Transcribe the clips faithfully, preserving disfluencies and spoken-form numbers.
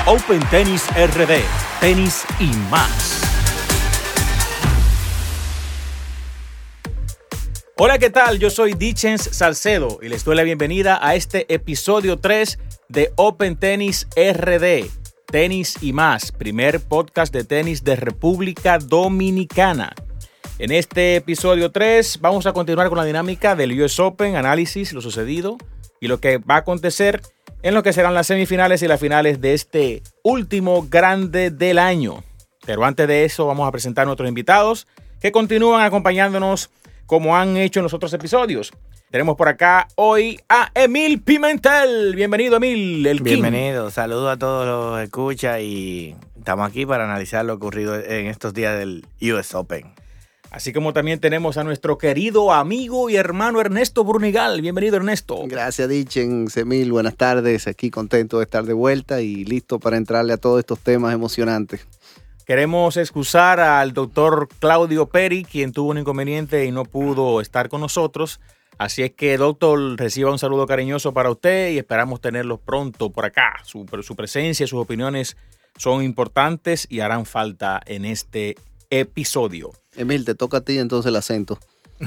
Open Tennis R D, tenis y más. Hola, ¿qué tal? Yo soy Dichens Salcedo y les doy la bienvenida a este episodio tres de Open Tennis R D, tenis y más, primer podcast de tenis de República Dominicana. En este episodio tres vamos a continuar con la dinámica del U S Open, análisis, lo sucedido y lo que va a acontecer en lo que serán las semifinales y las finales de este último grande del año. Pero antes de eso vamos a presentar a nuestros invitados que continúan acompañándonos como han hecho en los otros episodios. Tenemos por acá hoy a Emil Pimentel. Bienvenido, Emil, el King. Bienvenido, saludos a todos los escuchas y estamos aquí para analizar lo ocurrido en estos días del U S Open. Así como también tenemos a nuestro querido amigo y hermano Ernesto Brunigal. Bienvenido, Ernesto. Gracias, Dichens, Emil. Buenas tardes. Aquí contento de estar de vuelta y listo para entrarle a todos estos temas emocionantes. Queremos excusar al doctor Claudio Peri, quien tuvo un inconveniente y no pudo estar con nosotros. Así es que, doctor, reciba un saludo cariñoso para usted y esperamos tenerlo pronto por acá. Su, su presencia y sus opiniones son importantes y harán falta en este episodio. Emil, te toca a ti entonces el acento.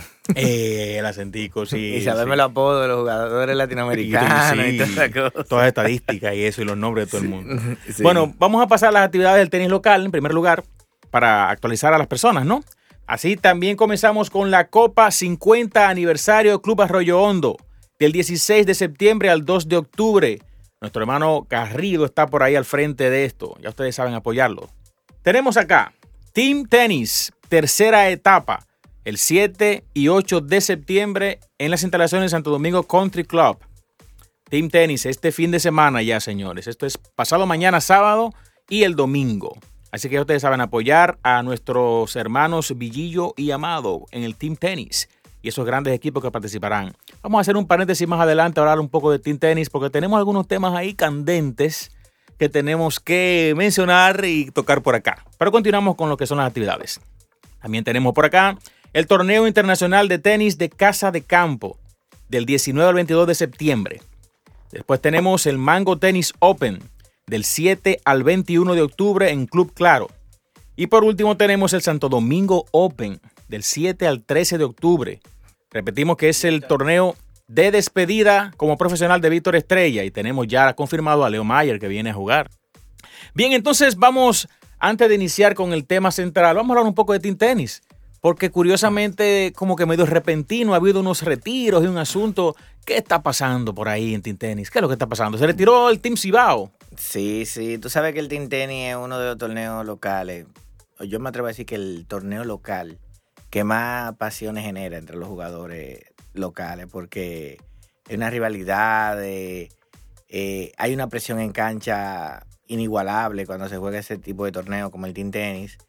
Eh, el acentico, sí. Y saberme sí. los apodos de los jugadores latinoamericanos sí, y todas esas cosas. Todas las estadísticas y eso y los nombres de todo el mundo. Sí. Bueno, vamos a pasar a las actividades del tenis local en primer lugar para actualizar a las personas, ¿no? Así también comenzamos con la Copa cincuenta aniversario Club Arroyo Hondo del dieciséis de septiembre al dos de octubre. Nuestro hermano Garrido está por ahí al frente de esto. Ya ustedes saben apoyarlo. Tenemos acá Team Tennis, tercera etapa, el siete y ocho de septiembre en las instalaciones de Santo Domingo Country Club. Team Tennis este fin de semana ya, señores. Esto es pasado mañana sábado y el domingo. Así que ustedes saben apoyar a nuestros hermanos Villillo y Amado en el Team Tennis y esos grandes equipos que participarán. Vamos a hacer un paréntesis más adelante, hablar un poco de Team Tennis porque tenemos algunos temas ahí candentes que tenemos que mencionar y tocar por acá. Pero continuamos con lo que son las actividades. También tenemos por acá el Torneo Internacional de Tenis de Casa de Campo del diecinueve al veintidós de septiembre. Después tenemos el Mango Tennis Open del siete al veintiuno de octubre en Club Claro. Y por último tenemos el Santo Domingo Open del siete al trece de octubre. Repetimos que es el torneo de despedida como profesional de Víctor Estrella y tenemos ya confirmado a Leo Mayer que viene a jugar. Bien, entonces vamos, antes de iniciar con el tema central, vamos a hablar un poco de Team Tennis, porque curiosamente como que medio repentino ha habido unos retiros y un asunto. ¿Qué está pasando por ahí en Team Tennis? ¿Qué es lo que está pasando? ¿Se retiró el Team Cibao? Sí, sí, tú sabes que el Team Tennis es uno de los torneos locales, o yo me atrevo a decir que el torneo local que más pasiones genera entre los jugadores locales, porque hay una rivalidad, eh, eh, hay una presión en cancha inigualable cuando se juega ese tipo de torneo como el Team Tennis.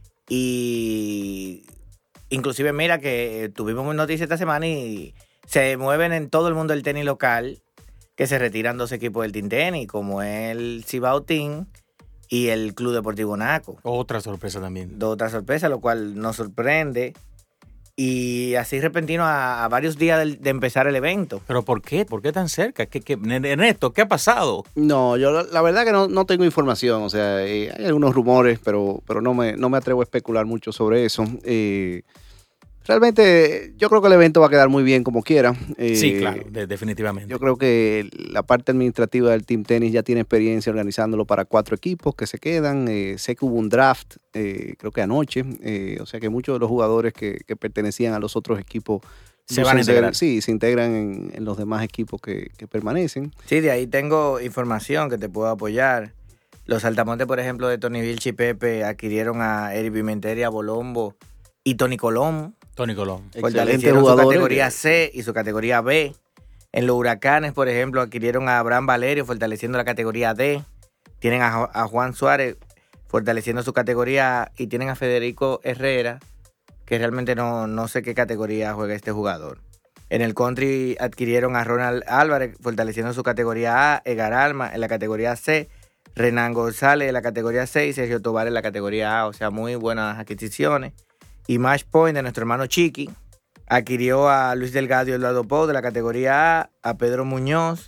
Y inclusive mira que tuvimos noticias esta semana y se mueven en todo el mundo del tenis local que se retiran dos equipos del Team Tennis, como el Cibao Team y el Club Deportivo Naco. Otra sorpresa también. Otra sorpresa, lo cual nos sorprende. Y así repentino a, a varios días de, de empezar el evento. ¿Pero por qué? ¿Por qué tan cerca? ¿Qué, qué, Ernesto, ¿qué ha pasado? No, yo la, la verdad que no, no tengo información. O sea, eh, hay algunos rumores, pero, pero no, me, no me atrevo a especular mucho sobre eso. Eh, realmente yo creo que el evento va a quedar muy bien como quiera. Eh, sí, claro, de, definitivamente. Yo creo que la parte administrativa del Team Tennis ya tiene experiencia organizándolo para cuatro equipos que se quedan. Eh, sé que hubo un draft, eh, creo que anoche. Eh, o sea que muchos de los jugadores que, que pertenecían a los otros equipos se van a integrar. Sí, se integran en, en los demás equipos que, que permanecen. Sí, de ahí tengo información que te puedo apoyar. Los Altamontes, por ejemplo, de Tony Vilchi y Pepe adquirieron a Eric Pimentel, a Bolombo y Tony Colón. Tony Colón. Fortalecieron su categoría C y su categoría B. En los Huracanes, por ejemplo, adquirieron a Abraham Valerio, fortaleciendo la categoría D. Tienen a, a Juan Suárez, fortaleciendo su categoría. Y tienen a Federico Herrera, que realmente no, no sé qué categoría juega este jugador. En el country adquirieron a Ronald Álvarez, fortaleciendo su categoría A. Edgar Alma en la categoría C. Renan González en la categoría C y Sergio Tobar en la categoría A. O sea, muy buenas adquisiciones. Y Match Point de nuestro hermano Chiqui adquirió a Luis Delgado y Eduardo Pou de la categoría A, a Pedro Muñoz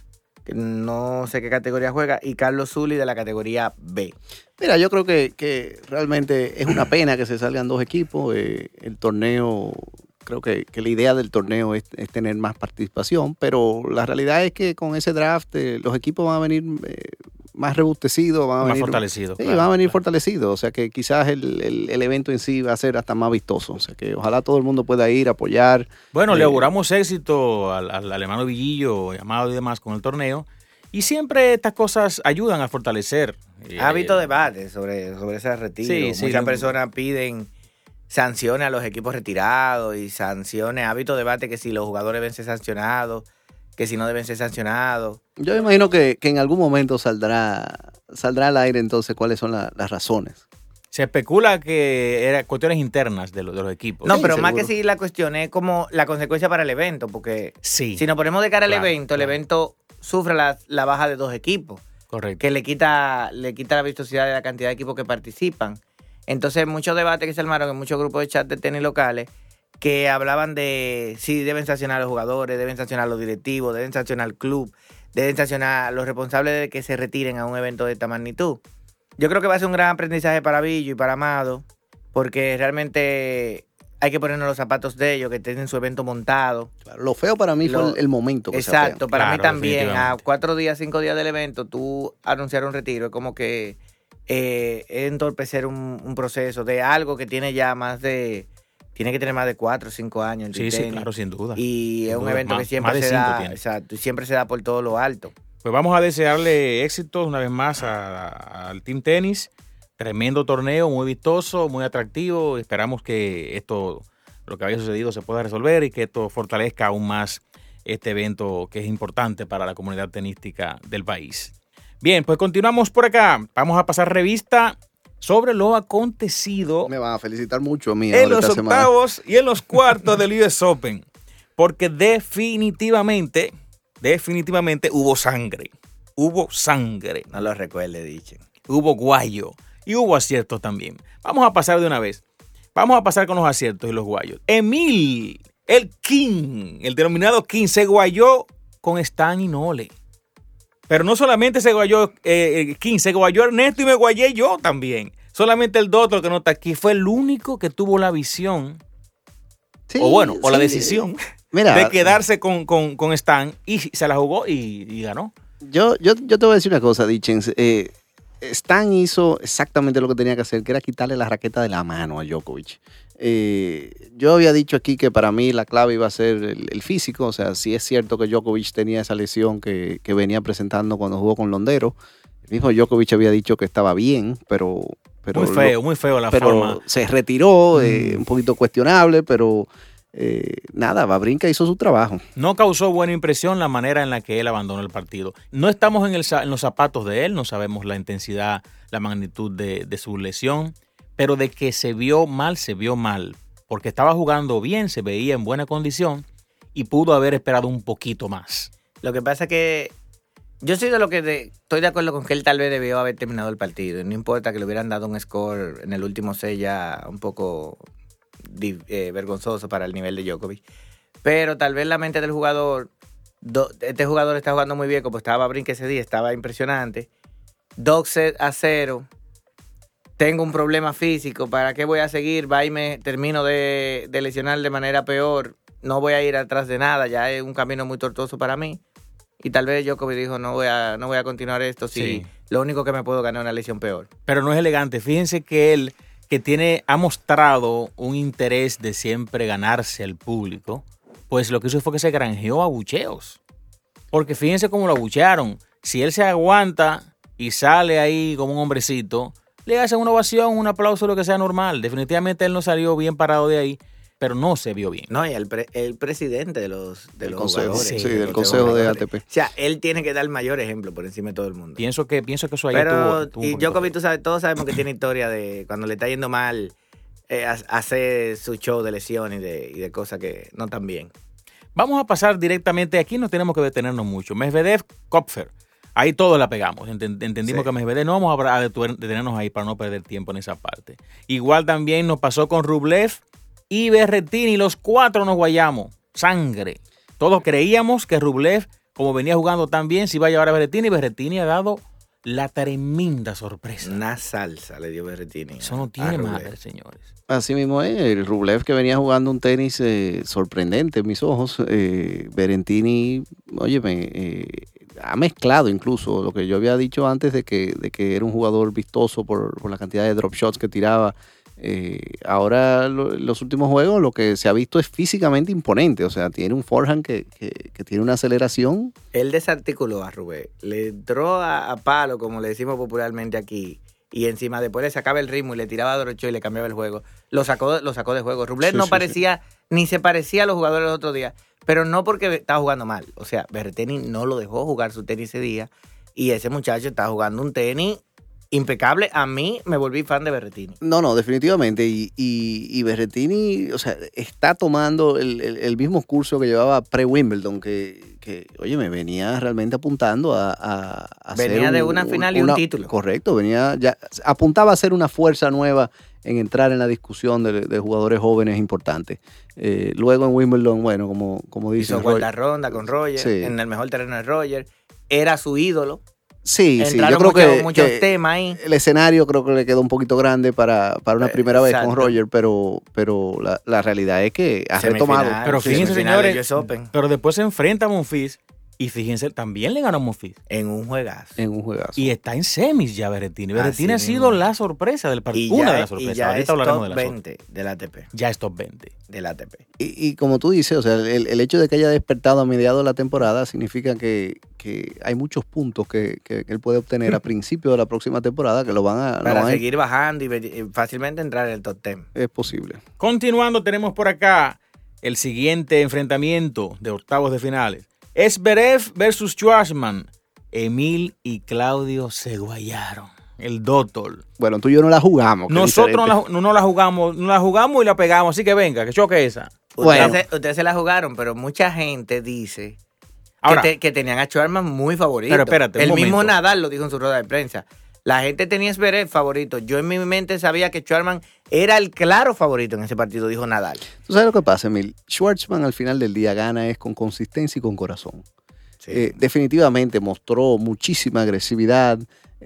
que no sé qué categoría juega, y Carlos Zuli de la categoría B. Mira, yo creo que, que realmente es una pena que se salgan dos equipos. Eh, el torneo, creo que, que la idea del torneo es, es tener más participación, pero la realidad es que con ese draft eh, los equipos van a venir eh, más robustecidos, van a más venir fortalecidos. Sí, claro, van a venir claro. fortalecidos. O sea que quizás el, el, el evento en sí va a ser hasta más vistoso. O sea que ojalá todo el mundo pueda ir, apoyar. Bueno, eh, le auguramos éxito al, al, al hermano Villillo, Amado y demás con el torneo. Y siempre estas cosas ayudan a fortalecer. eh, Ha habido debate sobre, sobre ese retiro. Sí, sí, Muchas no- personas piden sanciones a los equipos retirados y sanciones. Ha habido debate que si los jugadores deben ser sancionados, que si no deben ser sancionados. Yo imagino que, que en algún momento saldrá, saldrá al aire entonces cuáles son la, las razones. Se especula que eran cuestiones internas de, lo- de los equipos. No, Sí, pero más seguro. que si la cuestión es como la consecuencia para el evento, porque Sí, si nos ponemos de cara al Claro, evento, el claro. evento sufre la, la baja de dos equipos, correcto. que le quita, le quita la vistosidad de la cantidad de equipos que participan. Entonces, muchos debates que se armaron en muchos grupos de chat de tenis locales que hablaban de si deben sancionar a los jugadores, deben sancionar a los directivos, deben sancionar al club, deben sancionar a los responsables de que se retiren a un evento de esta magnitud. Yo creo que va a ser un gran aprendizaje para Villo y para Amado, porque realmente hay que ponernos los zapatos de ellos, que tienen su evento montado. Claro, lo feo para mí Lo- fue el, el momento. Que se Exacto, fue. para Claro, mí también. A definitivamente. cuatro días, cinco días del evento, tú anunciar un retiro es como que eh, es entorpecer un, un proceso de algo que tiene ya más de. Tiene que tener más de cuatro o cinco años. el Sí, sí, tenis. claro, sin duda. Y Sin es un duda. evento Más- que siempre más de se cinco da. tiene. Exacto, y siempre se da por todo lo alto. Pues vamos a desearle éxitos una vez más a- a- al Team Tenis. Tremendo torneo, muy vistoso, muy atractivo. Esperamos que esto, lo que había sucedido, se pueda resolver y que esto fortalezca aún más este evento que es importante para la comunidad tenística del país. Bien, pues continuamos por acá. Vamos a pasar revista sobre lo acontecido Me van a felicitar mucho a mí en ahora los esta semana. octavos y en los cuartos del U S Open. Porque definitivamente, definitivamente hubo sangre. Hubo sangre. No lo recuerde, dichen. Hubo guayo. Y hubo aciertos también. Vamos a pasar de una vez. Vamos a pasar con los aciertos y los guayos. Emil, el King, el denominado King, se guayó con Stan y Nole. Pero no solamente se guayó eh, King, se guayó Ernesto y me guayé yo también. Solamente el Doctor que no está aquí fue el único que tuvo la visión, Sí, o bueno, o la sí. decisión Mira, de quedarse con, con, con Stan y se la jugó y, y ganó. Yo, yo, yo te voy a decir una cosa, Dichens. Eh, Stan hizo exactamente lo que tenía que hacer, que era quitarle la raqueta de la mano a Djokovic. Eh, yo había dicho aquí que para mí la clave iba a ser el, el físico. O sea, sí es cierto que Djokovic tenía esa lesión que, que venía presentando cuando jugó con Londero. El mismo Djokovic había dicho que estaba bien, pero... pero muy feo, lo- muy feo la pero forma. se retiró, eh, Mm. un poquito cuestionable, pero eh, nada, Wawrinka hizo su trabajo. No causó buena impresión la manera en la que él abandonó el partido. No estamos en, el, za- en los zapatos de él, no sabemos la intensidad, la magnitud de, de su lesión, pero de que se vio mal, se vio mal, porque estaba jugando bien, se veía en buena condición y pudo haber esperado un poquito más. Lo que pasa es que yo soy de lo que de- estoy de acuerdo con que él tal vez debió haber terminado el partido. No importa que le hubieran dado un score en el último set ya un poco di- eh, vergonzoso para el nivel de Djokovic. Pero tal vez la mente del jugador, do- este jugador está jugando muy bien, como estaba Wawrinka ese día, estaba impresionante. Dos sets a cero. Tengo un problema físico, ¿para qué voy a seguir? Va y me termino de, de lesionar de manera peor. No voy a ir atrás de nada, ya es un camino muy tortuoso para mí. Y tal vez Djokovic dijo, no voy a, no voy a continuar esto si Sí. lo único que me puedo ganar es una lesión peor. Pero no es elegante. Fíjense que él, que tiene, ha mostrado un interés de siempre ganarse al público, pues lo que hizo fue que se granjeó abucheos. Porque fíjense cómo lo abuchearon. Si él se aguanta y sale ahí como un hombrecito, le hacen una ovación, un aplauso, lo que sea normal. Definitivamente él no salió bien parado de ahí, pero no se vio bien. No, y el, pre- el presidente de los, de El los consejo, jugadores. sí, del consejo de A T P. O sea, él tiene que dar el mayor ejemplo por encima de todo el mundo. Pienso que, pienso que eso ahí Pero, tuvo, tuvo un y poquito Djokovic, de- tú sabes, todos sabemos que tiene historia de cuando le está yendo mal, eh, ha- hace su show de lesiones y de, y de cosas que no están bien. Vamos a pasar directamente, aquí no tenemos que detenernos mucho. Medvedev, Kopfer. Ahí todos la pegamos. Enten- Entendimos Sí. que Medvedev, no vamos a detu- detenernos ahí para no perder tiempo en esa parte. Igual también nos pasó con Rublev y Berrettini. Los cuatro nos guayamos. Sangre. Todos creíamos que Rublev como venía jugando tan bien, si va a llevar a Berrettini. Berrettini ha dado la tremenda sorpresa. Una salsa le dio Berrettini. Eso no tiene madre, señores. Así mismo es, el Rublev que venía jugando un tenis eh, sorprendente en mis ojos. Eh, Berrettini, óyeme, eh, ha mezclado incluso lo que yo había dicho antes de que, de que era un jugador vistoso por, por la cantidad de drop shots que tiraba. Eh, ahora lo, los últimos juegos lo que se ha visto es físicamente imponente, o sea, tiene un forehand que, que, que tiene una aceleración. Él desarticuló a Rubén, le entró a, a palo, como le decimos popularmente aquí, y encima después le sacaba el ritmo y le tiraba a derecho y le cambiaba el juego. Lo sacó, lo sacó de juego. Rublev sí, no sí, parecía, sí. ni se parecía a los jugadores del otro día, pero no porque estaba jugando mal. O sea, Berrettini no lo dejó jugar su tenis ese día y ese muchacho estaba jugando un tenis impecable. A mí me volví fan de Berrettini. No, no, definitivamente. Y, y, y Berrettini, o sea, está tomando el, el, el mismo curso que llevaba pre-Wimbledon, que, que, oye, me venía realmente apuntando a, a, a venía un, de una final y una, un título. Correcto, venía ya, apuntaba a ser una fuerza nueva en entrar en la discusión de, de jugadores jóvenes importantes. Eh, luego en Wimbledon, bueno, como, como dice. Hizo cuarta ronda con Roger, sí. en el mejor terreno de Roger. Era su ídolo. Sí, Entraron sí, yo creo mucho, que, muchos que temas ahí. El escenario creo que le quedó un poquito grande para, para una primera vez con Roger, pero, pero la, la realidad es que ha Semifinal, retomado. Pero fíjense, señores, Open. pero después se enfrenta a Monfils y fíjense, también le ganó a Monfils. En un juegazo. En un juegazo. Y está en semis ya Berrettini. Berrettini ha sido la sorpresa del partido. Una de las sorpresas. Y ya Ahorita es hablaremos top de la veinte del A T P. Ya es top veinte. Del A T P. Y, y como tú dices, o sea, el, el hecho de que haya despertado a mediados de la temporada significa que, que hay muchos puntos que, que, que él puede obtener a principio de la próxima temporada que lo van a... Para lo van seguir a... bajando y, y fácilmente entrar en el top diez. Es posible. Continuando, tenemos por acá el siguiente enfrentamiento de octavos de finales. Zverev versus Schwartzman. Emil y Claudio se guayaron. El Dotol. Bueno, tú y yo no la jugamos. Nosotros no la, no, no la jugamos, no la jugamos y la pegamos. Así que venga, que choque esa. Bueno. Ustedes, se, ustedes se la jugaron, pero mucha gente dice Ahora, que, te, que tenían a Schwartzman muy favorito. Pero espérate, el un mismo momento. Nadal lo dijo en su rueda de prensa. La gente tenía a Zverev favorito. Yo en mi mente sabía que Schwartzman era el claro favorito en ese partido, dijo Nadal. ¿Tú sabes lo que pasa, Emil? Schwartzman al final del día gana es con consistencia y con corazón. Sí. Eh, definitivamente mostró muchísima agresividad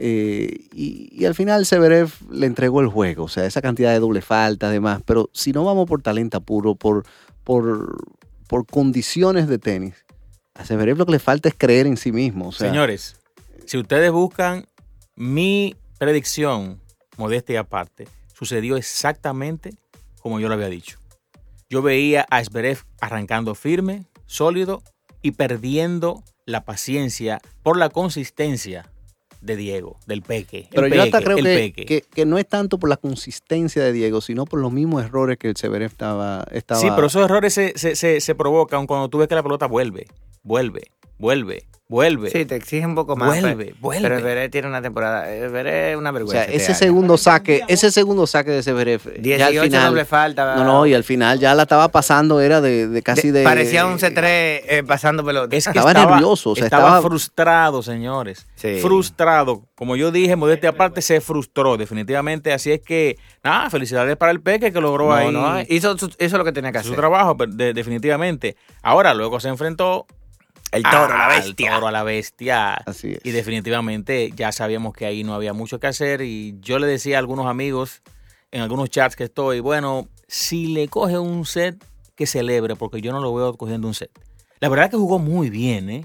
eh, y, y al final Zverev le entregó el juego. O sea, esa cantidad de doble falta, además. Pero si no vamos por talento puro, por, por, por condiciones de tenis, a Zverev lo que le falta es creer en sí mismo. O sea, señores, si ustedes buscan mi predicción, modestia aparte, sucedió exactamente como yo lo había dicho. Yo veía a Zverev arrancando firme, sólido y perdiendo la paciencia por la consistencia de Diego, del Peque. Pero el yo peque, hasta creo que, peque. Que, que no es tanto por la consistencia de Diego, sino por los mismos errores que el Zverev estaba, estaba... Sí, pero esos errores se, se, se, se provocan cuando tú ves que la pelota vuelve, vuelve, vuelve, vuelve. Sí, te exige un poco más. Vuelve, pero, vuelve. Pero Zverev tiene una temporada, Zverev es una vergüenza. O sea, ese segundo saque, ese segundo saque de Zverev. dieciocho final, doble falta. No, no, y al final ya la estaba pasando, era de, de casi de... de parecía un C tres eh, pasando pelota. Es que estaba, estaba nervioso. O sea, estaba, estaba frustrado, señores. Sí. Frustrado. Como yo dije, modestia aparte, se frustró definitivamente. Así es que, nada, felicidades para el Peque que logró no, ahí. No, hizo, su, hizo lo que tenía que hacer. Su trabajo, de, definitivamente. Ahora, luego se enfrentó... El toro, a la bestia. El toro a la bestia. Así es. Y definitivamente ya sabíamos que ahí no había mucho que hacer. Y yo le decía a algunos amigos en algunos chats que estoy, bueno, si le coge un set, que celebre, porque yo no lo veo cogiendo un set. La verdad es que jugó muy bien, ¿eh?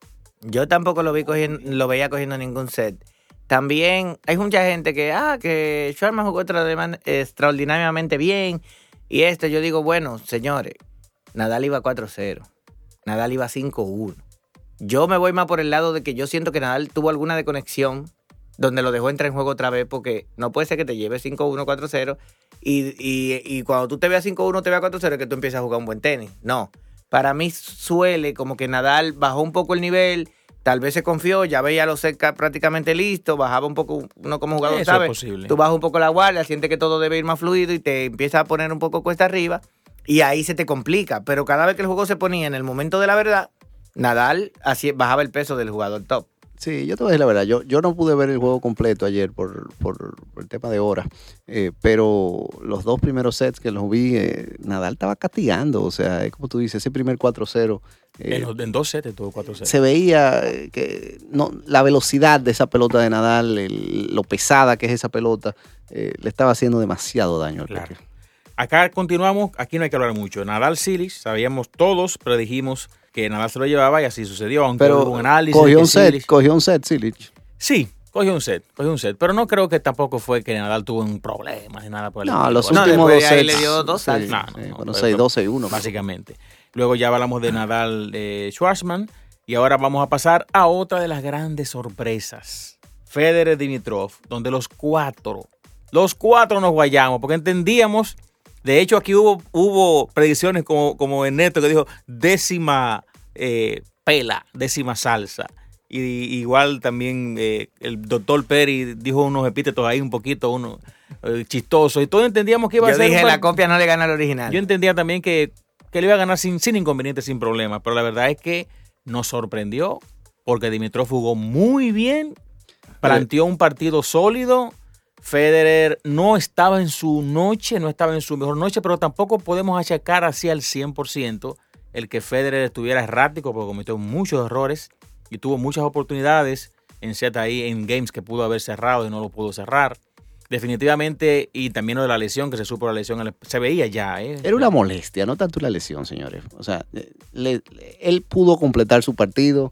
Yo tampoco lo, vi cogiendo, lo veía cogiendo ningún set. También hay mucha gente que, ah, que Schwartzman jugó extraordinariamente bien. Y esto, yo digo, bueno, señores, Nadal iba cuatro cero. Nadal iba cinco uno. Yo me voy más por el lado de que yo siento que Nadal tuvo alguna desconexión donde lo dejó entrar en juego otra vez, porque no puede ser que te lleve cinco uno, cuatro cero y, y, y cuando tú te veas cinco uno, te veas cuatro cero, que tú empiezas a jugar un buen tenis. No. Para mí suele como que Nadal bajó un poco el nivel, tal vez se confió, ya veía los sets prácticamente listos, bajaba un poco, uno como jugador, Eso ¿sabes? Es posible. Tú bajas un poco la guardia, sientes que todo debe ir más fluido y te empieza a poner un poco cuesta arriba. Y ahí se te complica, pero cada vez que el juego se ponía en el momento de la verdad, Nadal así bajaba el peso del jugador top. Sí, yo te voy a decir la verdad, yo, yo no pude ver el juego completo ayer por, por, por el tema de horas, eh, pero los dos primeros sets que los vi, eh, Nadal estaba castigando, o sea, es como tú dices, ese primer cuatro cero. Eh, en, en dos sets, todo cuatro sets. Se veía que no, la velocidad de esa pelota de Nadal, el, lo pesada que es esa pelota, eh, le estaba haciendo demasiado daño al claro. peque. Acá continuamos, aquí no hay que hablar mucho. Nadal Cilic, sabíamos todos, pero dijimos que Nadal se lo llevaba y así sucedió, aunque pero hubo un análisis. Cogió un set, Cilic, cogió un set, Cilic. Sí, cogió un set, cogió un set, pero no creo que tampoco fue que Nadal tuvo un problema ni nada por el No, estilo. los no, últimos dos ahí sets. le dio dos sí, saltos. No, no, sí, no, bueno, fue- seis dos, seis uno. Básicamente. Luego ya hablamos de Nadal eh, Schwartzman y ahora vamos a pasar a otra de las grandes sorpresas. Federer Dimitrov, donde los cuatro, los cuatro nos guayamos, porque entendíamos, de hecho aquí hubo, hubo predicciones como, como Ernesto que dijo décima eh, pela, décima salsa. Y, igual también eh, el doctor Perry dijo unos epítetos ahí un poquito uno, eh, chistosos. Y todos entendíamos que iba Yo a ser... dije, un- la copia no le gana al original. Yo entendía también que, que le iba a ganar sin, sin inconvenientes, sin problemas. Pero la verdad es que nos sorprendió porque Dimitrov jugó muy bien, planteó un partido sólido. Federer no estaba en su noche, no estaba en su mejor noche, pero tampoco podemos achacar así al cien por ciento el que Federer estuviera errático porque cometió muchos errores y tuvo muchas oportunidades en set ahí, en games que pudo haber cerrado y no lo pudo cerrar. Definitivamente, y también lo de la lesión, que se supo la lesión, se veía ya. ¿eh? Era una molestia, no tanto una lesión, señores. O sea, le- le- él pudo completar su partido.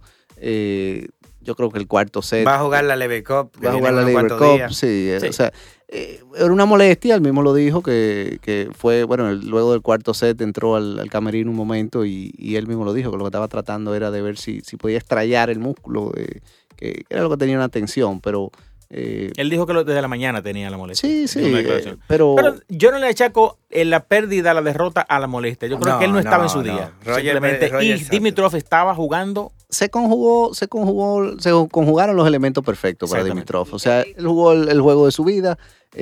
eh, yo creo que el cuarto set. Va a jugar la Lever Cup. que Va a viene jugar la en unos Lever cuantos Cup, días. sí, eh, Sí. o sea, eh, era una molestia, él mismo lo dijo, que, que fue, bueno, el- luego del cuarto set entró al, al camerino un momento y, y él mismo lo dijo, que lo que estaba tratando era de ver si, si podía extrayar el músculo, eh, que, que era lo que tenía una tensión, pero... eh, Él dijo que lo- desde la mañana tenía la molestia. sí, en sí, una eh, declaración. pero... Pero yo no le achaco en la pérdida, la derrota a la molestia. Yo creo No, que él no estaba no, en su no. día. Roger- Simplemente. Roger y exacto. Dimitrov estaba jugando. se conjugó, se conjugó, se conjugaron los elementos perfectos para Exactamente. Dimitrov. O sea, él jugó el, el juego de su vida.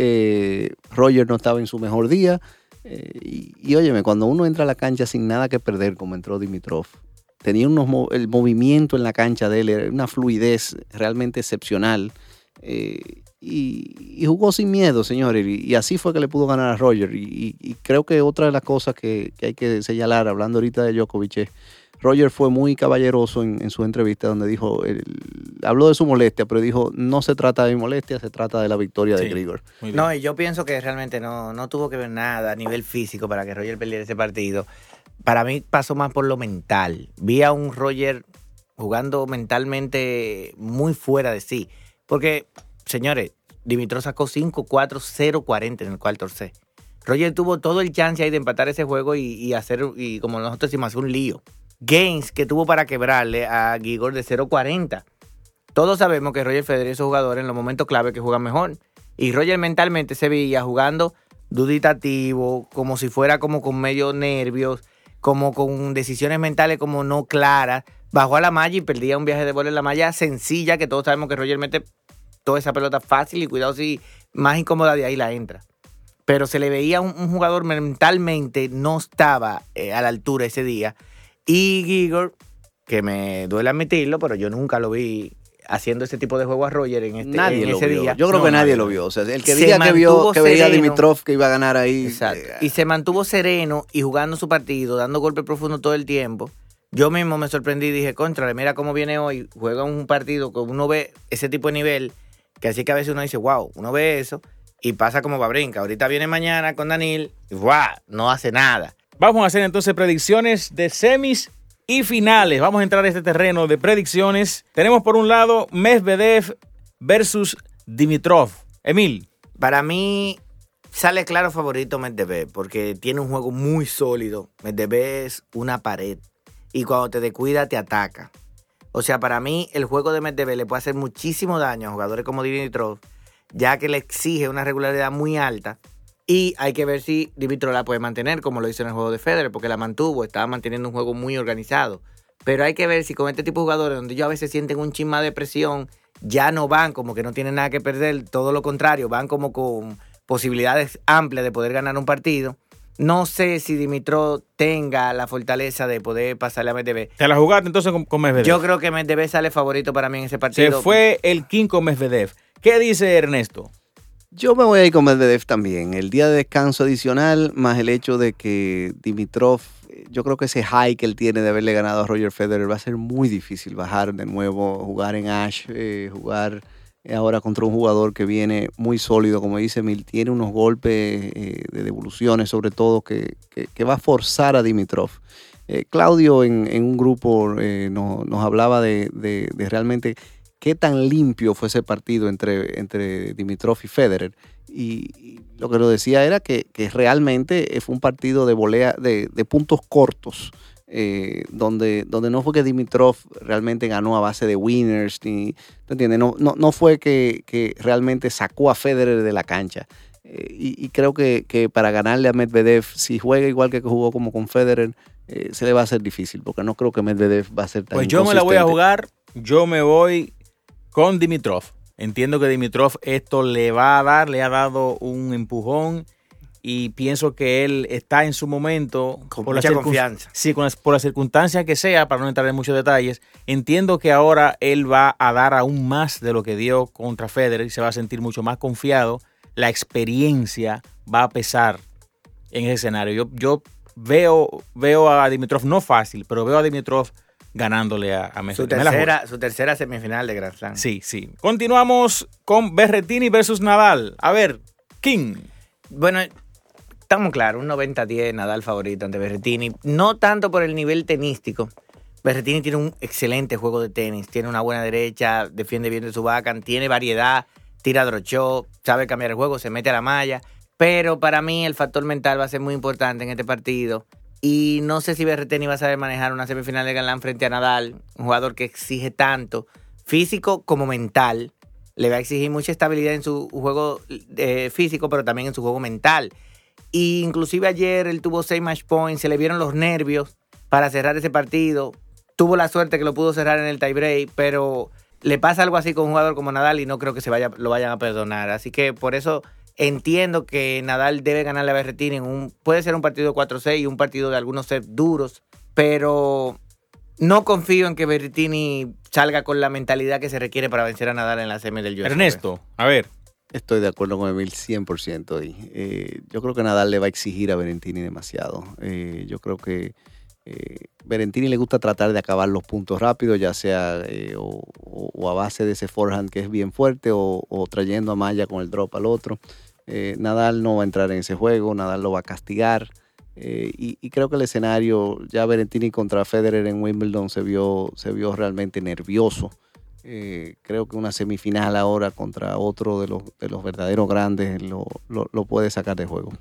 eh, Roger no estaba en su mejor día. eh, y, y óyeme, cuando uno entra a la cancha sin nada que perder, como entró Dimitrov, tenía unos mo- el movimiento en la cancha de él, era una fluidez realmente excepcional. eh, y, y jugó sin miedo, señores. Y, y así fue que le pudo ganar a Roger. Y, y- y creo que otra de las cosas que, que hay que señalar, hablando ahorita de Djokovic, es Roger fue muy caballeroso en, en su entrevista donde dijo, él, habló de su molestia, pero dijo, no se trata de mi molestia, se trata de la victoria Sí. de Grigor. Muy bien. No, y yo pienso que realmente no, no tuvo que ver nada a nivel físico para que Roger perdiera ese partido. Para mí pasó más por lo mental. Vi a un Roger jugando mentalmente muy fuera de sí. Porque, señores, Dimitrov sacó cinco cuatro cero cuarenta en el cuarto set. Roger tuvo todo el chance ahí de empatar ese juego y, y hacer, y como nosotros decimos, hacer un lío. Games que tuvo para quebrarle a Grigor de cero cuarenta. Todos sabemos que Roger Federer es un jugador en los momentos clave que juega mejor. Y Roger mentalmente se veía jugando duditativo, como si fuera como con medio nervios, como con decisiones mentales como no claras. Bajó a la malla y perdía un viaje de bola en la malla sencilla, que todos sabemos que Roger mete toda esa pelota fácil y cuidado si más incómoda de ahí la entra. Pero se le veía un, un jugador mentalmente no estaba eh, a la altura ese día. Y Grigor, que me duele admitirlo, pero yo nunca lo vi haciendo ese tipo de juego a Roger en, este, Nadie en lo ese vio. día. Yo creo No, que nadie nadie lo lo vio. O sea, el que Se diga que vio mantuvo que veía a sereno. Dimitrov que iba a ganar ahí. Exacto. eh, Y se mantuvo sereno y jugando su partido, dando golpes profundos todo el tiempo. Yo mismo me sorprendí y dije, contrale, mira cómo viene hoy. Juega un partido que uno ve ese tipo de nivel, que así que a veces uno dice, wow, uno ve eso y pasa como va brinca. Ahorita viene mañana con Daniel y wow, no hace nada. Vamos a hacer entonces predicciones de semis y finales. Vamos a entrar a este terreno de predicciones. Tenemos por un lado Medvedev versus Dimitrov. Emil. Para mí sale claro favorito Medvedev porque tiene un juego muy sólido. Medvedev es una pared y cuando te descuida te ataca. O sea, para mí el juego de Medvedev le puede hacer muchísimo daño a jugadores como Dimitrov, ya que le exige una regularidad muy alta y hay que ver si Dimitrov la puede mantener como lo hizo en el juego de Federer, porque la mantuvo, estaba manteniendo un juego muy organizado. Pero hay que ver si con este tipo de jugadores, donde ellos a veces sienten un chisma de presión, ya no van como que no tienen nada que perder, todo lo contrario, van como con posibilidades amplias de poder ganar un partido. no sé si Dimitrov tenga la fortaleza de poder pasarle a Medvedev. ¿Te la jugaste entonces con, con Medvedev? Yo creo que Medvedev sale favorito para mí en ese partido. Se fue el King con Medvedev. ¿Qué dice Ernesto? Yo me voy a ir con Medvedev también. El día de descanso adicional, más el hecho de que Dimitrov, yo creo que ese high que él tiene de haberle ganado a Roger Federer va a ser muy difícil bajar de nuevo, jugar en Ashe, eh, jugar ahora contra un jugador que viene muy sólido, como dice Mil, tiene unos golpes eh, de devoluciones sobre todo que, que, que va a forzar a Dimitrov. Eh, Claudio en, en un grupo eh, no, nos hablaba de, de, de realmente qué tan limpio fue ese partido entre, entre Dimitrov y Federer. Y, y lo que nos decía era que, que realmente fue un partido de volea, de, de puntos cortos, eh, donde, donde no fue que Dimitrov realmente ganó a base de winners, ni, ¿te entiendes? No, no, no fue que, que realmente sacó a Federer de la cancha. Eh, y, y creo que, que para ganarle a Medvedev, si juega igual que jugó como con Federer, eh, se le va a hacer difícil, porque no creo que Medvedev va a ser tan Pues yo me la voy a jugar, yo me voy con Dimitrov. Entiendo que Dimitrov esto le va a dar, le ha dado un empujón y pienso que él está en su momento. Con por mucha la confianza. Sí, con las, por las circunstancias que sea, para no entrar en muchos detalles. Entiendo que ahora él va a dar aún más de lo que dio contra Federer y se va a sentir mucho más confiado. La experiencia va a pesar en ese escenario. Yo, yo veo, veo a Dimitrov, no fácil, pero veo a Dimitrov ganándole a, a Messi. Su tercera, su tercera semifinal de Grand Slam. Sí, sí. Continuamos con Berrettini versus Nadal. A ver, King. Bueno, estamos claros, un noventa diez Nadal favorito ante Berrettini. No tanto por el nivel tenístico. Berrettini tiene un excelente juego de tenis. Tiene una buena derecha, defiende bien de su backhand, tiene variedad, tira draw shot, sabe cambiar el juego, se mete a la malla. Pero para mí el factor mental va a ser muy importante en este partido. Y no sé si Berrettini va a saber manejar una semifinal de Grand Slam frente a Nadal, un jugador que exige tanto, físico como mental. Le va a exigir mucha estabilidad en su juego eh, físico, pero también en su juego mental. Y inclusive ayer él tuvo seis match points, se le vieron los nervios para cerrar ese partido. Tuvo la suerte que lo pudo cerrar en el tiebreak, pero le pasa algo así con un jugador como Nadal y no creo que se vaya, lo vayan a perdonar. Así que por eso entiendo que Nadal debe ganarle a Berrettini en un, puede ser un partido cuatro seis y un partido de algunos sets duros, pero no confío en que Berrettini salga con la mentalidad que se requiere para vencer a Nadal en la semi del U S Open. Ernesto, a ver. Estoy de acuerdo con Emil cien por ciento ahí. Eh, yo creo que Nadal le va a exigir a Berrettini demasiado. Eh, yo creo que eh, Berrettini le gusta tratar de acabar los puntos rápido, ya sea eh, o, o, o a base de ese forehand que es bien fuerte o, o trayendo a malla con el drop al otro. Eh, Nadal no va a entrar en ese juego, Nadal lo va a castigar. Eh, y, y creo que el escenario, ya Berrettini contra Federer en Wimbledon se vio, se vio realmente nervioso. Eh, creo que una semifinal ahora contra otro de los, de los verdaderos grandes lo, lo, lo puede sacar de juego.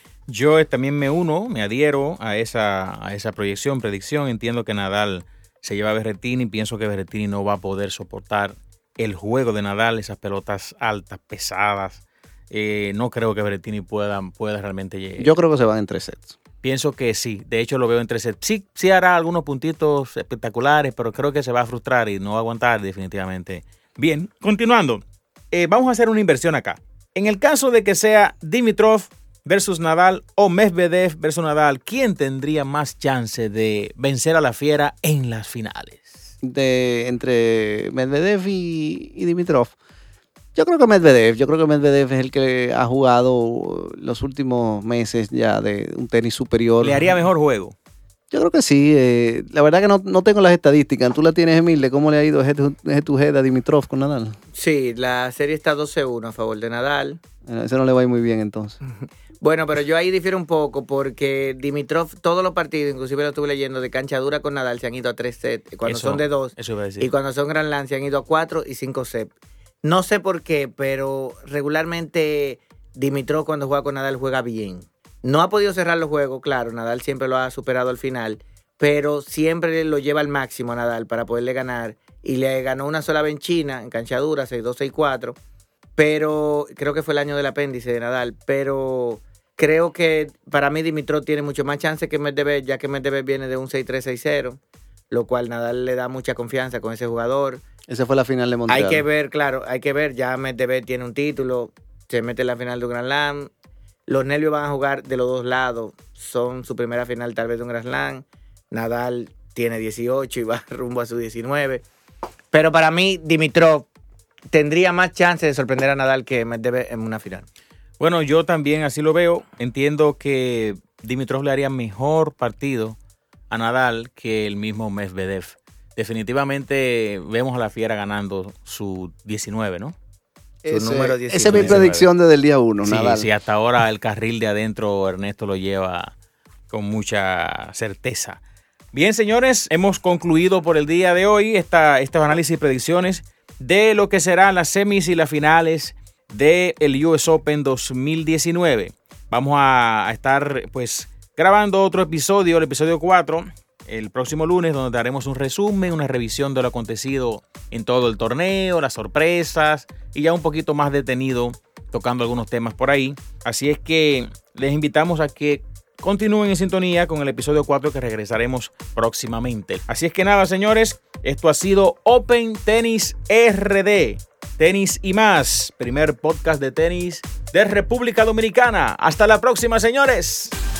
Yo también me uno, me adhiero a esa, a esa proyección, predicción. Entiendo que Nadal se lleva a Berrettini. Pienso que Berrettini no va a poder soportar el juego de Nadal, esas pelotas altas, pesadas. Eh, no creo que Berrettini pueda, pueda realmente llegar. Yo creo que se van en tres sets. Pienso que sí, de hecho lo veo en tres sets. Sí, sí hará algunos puntitos espectaculares, pero creo que se va a frustrar y no va a aguantar definitivamente. Bien, continuando. Eh, vamos a hacer una inversión acá. En el caso de que sea Dimitrov versus Nadal o Medvedev versus Nadal, ¿quién tendría más chance de vencer a la fiera en las finales? De, entre Medvedev y, y Dimitrov. Yo creo que Medvedev, yo creo que Medvedev es el que ha jugado los últimos meses ya de un tenis superior. ¿Le haría mejor juego? Yo creo que sí. Eh, la verdad que no, no tengo las estadísticas. ¿Tú la tienes, Emil, de cómo le ha ido head to head a Dimitrov con Nadal? Sí, la serie está doce uno a favor de Nadal. Bueno, ese no le va a ir muy bien entonces. Bueno, pero yo ahí difiero un poco porque Dimitrov, todos los partidos, inclusive lo estuve leyendo, de cancha dura con Nadal se han ido a tres sets. Cuando Eso, son de dos. Eso iba a decir. Y cuando son Grand Slam se han ido a cuatro y cinco sets. No sé por qué, pero regularmente Dimitrov cuando juega con Nadal juega bien. No ha podido cerrar los juegos, claro, Nadal siempre lo ha superado al final, pero siempre lo lleva al máximo a Nadal para poderle ganar. Y le ganó una sola vez en China, en cancha dura, seis dos, seis cuatro. Pero creo que fue el año del apéndice de Nadal. Pero creo que para mí Dimitrov tiene mucho más chance que Medvedev, ya que Medvedev viene de un seis tres, seis cero, lo cual Nadal le da mucha confianza con ese jugador. Esa fue la final de Montreal. Hay que ver, claro, hay que ver, ya Medvedev tiene un título, se mete en la final de un Grand Slam. Los nervios van a jugar de los dos lados. Son su primera final tal vez de un Grand Slam. Nadal tiene dieciocho y va rumbo a sus diecinueve. Pero para mí, Dimitrov tendría más chance de sorprender a Nadal que Medvedev en una final. Bueno, yo también así lo veo. Entiendo que Dimitrov le haría mejor partido a Nadal que el mismo Medvedev. Definitivamente vemos a la fiera ganando su diecinueve, ¿no? Ese, número esa es mi predicción desde el día uno, sí, Nadal. Sí, hasta ahora el carril de adentro Ernesto lo lleva con mucha certeza. Bien, señores, hemos concluido por el día de hoy esta, estos análisis y predicciones de lo que serán las semis y las finales del U S Open dos mil diecinueve. Vamos a, a estar pues grabando otro episodio, el episodio cuatro, el próximo lunes, donde daremos un resumen, una revisión de lo acontecido en todo el torneo, las sorpresas y ya un poquito más detenido tocando algunos temas por ahí. Así es que les invitamos a que continúen en sintonía con el episodio cuatro que regresaremos próximamente. Así es que nada, señores, esto ha sido Open Tenis R D, tenis y más, primer podcast de tenis de República Dominicana. Hasta la próxima, señores.